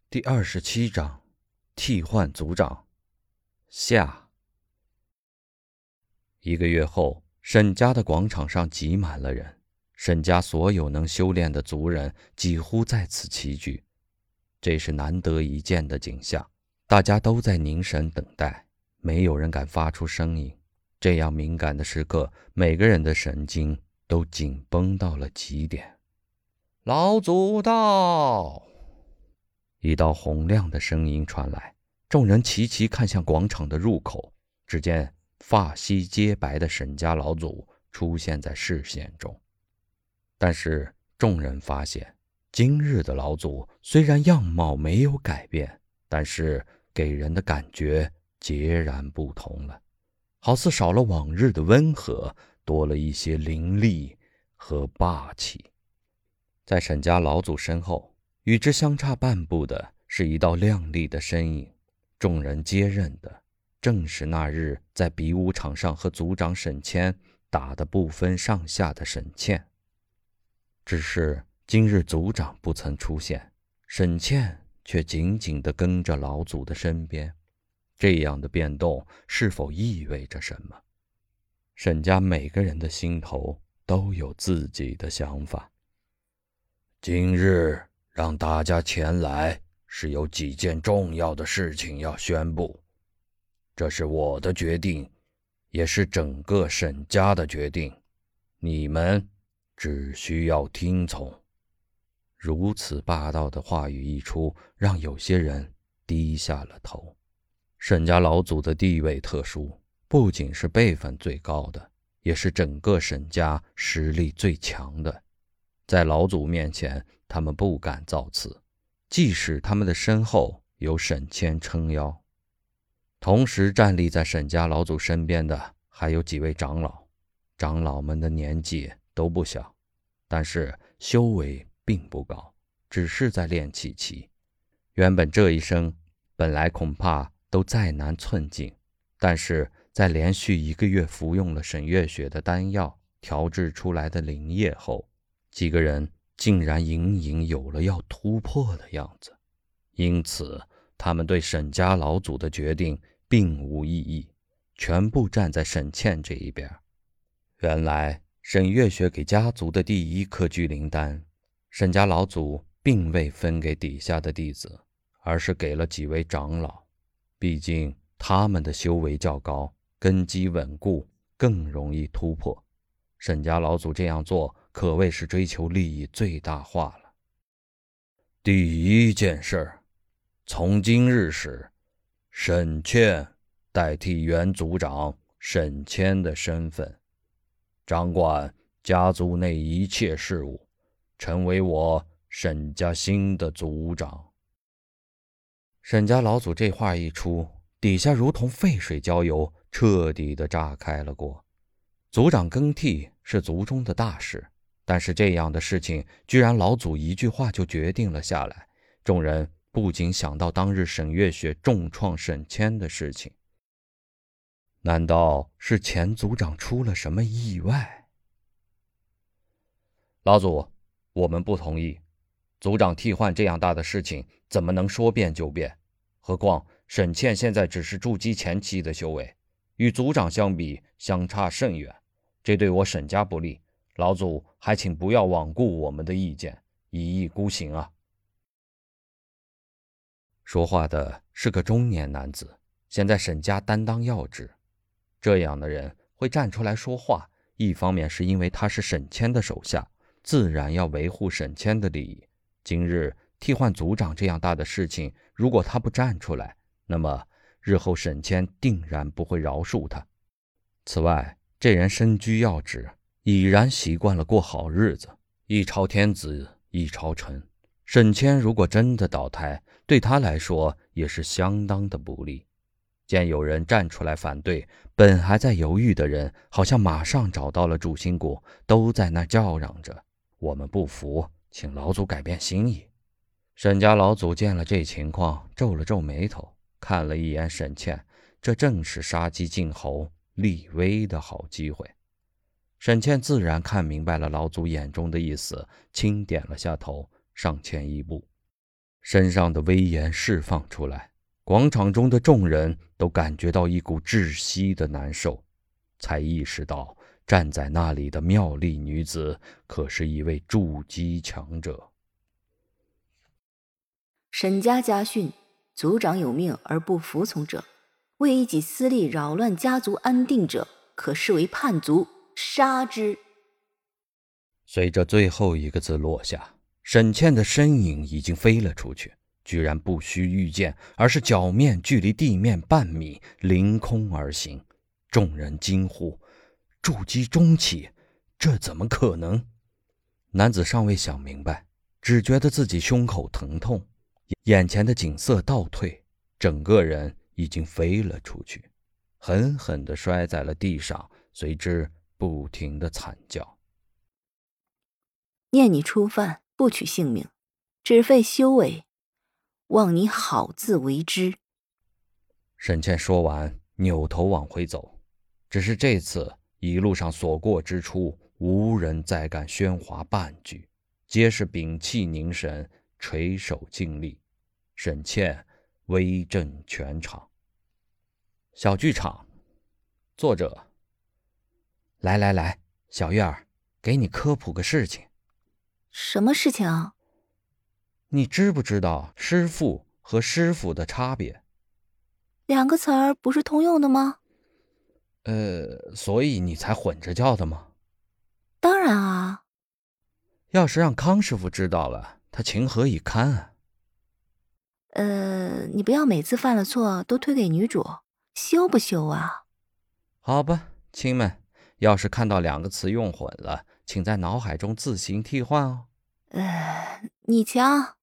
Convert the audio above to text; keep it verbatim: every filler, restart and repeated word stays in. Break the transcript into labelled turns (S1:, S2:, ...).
S1: 第二十七章，替换族长下。一个月后，沈家的广场上挤满了人，沈家所有能修炼的族人几乎在此齐聚。这是难得一见的景象，大家都在凝神等待，没有人敢发出声音。这样敏感的时刻，每个人的神经都紧绷到了极点。老祖到！一道洪亮的声音传来，众人齐齐看向广场的入口，只见发皙洁白的沈家老祖出现在视线中。但是众人发现，今日的老祖虽然样貌没有改变，但是给人的感觉截然不同了，好似少了往日的温和，多了一些凌厉和霸气。在沈家老祖身后，与之相差半步的是一道亮丽的身影，众人皆认的正是那日在比武场上和族长沈谦打得不分上下的沈倩。只是今日族长不曾出现，沈倩却紧紧地跟着老祖的身边。这样的变动是否意味着什么？沈家每个人的心头都有自己的想法。今日让大家前来，是有几件重要的事情要宣布。这是我的决定，也是整个沈家的决定，你们只需要听从。如此霸道的话语一出，让有些人低下了头。沈家老祖的地位特殊，不仅是辈分最高的，也是整个沈家实力最强的。在老祖面前，他们不敢造次，即使他们的身后有沈谦撑腰。同时站立在沈家老祖身边的还有几位长老，长老们的年纪都不小，但是修为并不高，只是在练气期。原本这一生本来恐怕都再难寸进，但是在连续一个月服用了沈月雪的丹药调制出来的灵液后，几个人竟然隐隐有了要突破的样子。因此他们对沈家老祖的决定并无异议，全部站在沈倩这一边。原来沈月雪给家族的第一颗聚灵丹，沈家老祖并未分给底下的弟子，而是给了几位长老。毕竟他们的修为较高，根基稳固，更容易突破。沈家老祖这样做可谓是追求利益最大化了。第一件事，从今日始，沈倩代替原族长沈谦的身份，掌管家族内一切事务，成为我沈家新的族长。沈家老祖这话一出，底下如同沸水浇油，彻底的炸开了锅。族长更替是族中的大事，但是这样的事情居然老祖一句话就决定了下来。众人不禁想到当日沈月雪重创沈谦的事情，难道是前族长出了什么意外？老祖，我们不同意。族长替换这样大的事情，怎么能说变就变？何况沈倩现在只是筑基前期的修为，与族长相比相差甚远，这对我沈家不利。老祖还请不要罔顾我们的意见，一意孤行啊！说话的是个中年男子，现在沈家担当要职。这样的人会站出来说话，一方面是因为他是沈谦的手下，自然要维护沈谦的利益。今日替换族长这样大的事情，如果他不站出来，那么日后沈谦定然不会饶恕他。此外，这人身居要职，已然习惯了过好日子，一朝天子一朝臣。沈谦如果真的倒台，对他来说也是相当的不利。见有人站出来反对，本还在犹豫的人好像马上找到了主心骨，都在那叫嚷着：我们不服，请老祖改变心意。沈家老祖见了这情况，皱了皱眉头，看了一眼沈倩，这正是杀鸡儆猴立威的好机会。沈倩自然看明白了老祖眼中的意思，轻点了下头，上前一步。 身上的威严释放出来，广场中的众人都感觉到一股窒息的难受，才意识到站在那里的妙丽女子可是一位筑基强者。
S2: 沈家家训：族长有命而不服从者，为一己私利扰乱家族安定者，可视为叛族，杀之。
S1: 随着最后一个字落下，沈倩的身影已经飞了出去，居然不需御剑，而是脚面距离地面半米，凌空而行。众人惊呼：筑基中期，这怎么可能？男子尚未想明白，只觉得自己胸口疼痛，眼前的景色倒退，整个人已经飞了出去，狠狠地摔在了地上，随之不停地惨叫。
S2: 念你初犯，不取性命，只废修为，望你好自为之。
S1: 沈倩说完，扭头往回走，只是这次一路上所过之处，无人再敢喧哗半句，皆是屏气凝神，垂手静立。沈倩威震全场。小剧场，作者。来来来，小月儿，给你科普个事情。
S2: 什么事情啊？
S1: 你知不知道师父和师傅的差别？
S2: 两个词儿不是通用的吗？
S1: 呃，所以你才混着叫的吗？
S2: 当然啊。
S1: 要是让康师傅知道了，他情何以堪啊？
S2: 呃，你不要每次犯了错都推给女主，羞不羞啊？
S1: 好吧，亲们，要是看到两个词用混了，请在脑海中自行替换哦。
S2: 呃，你强。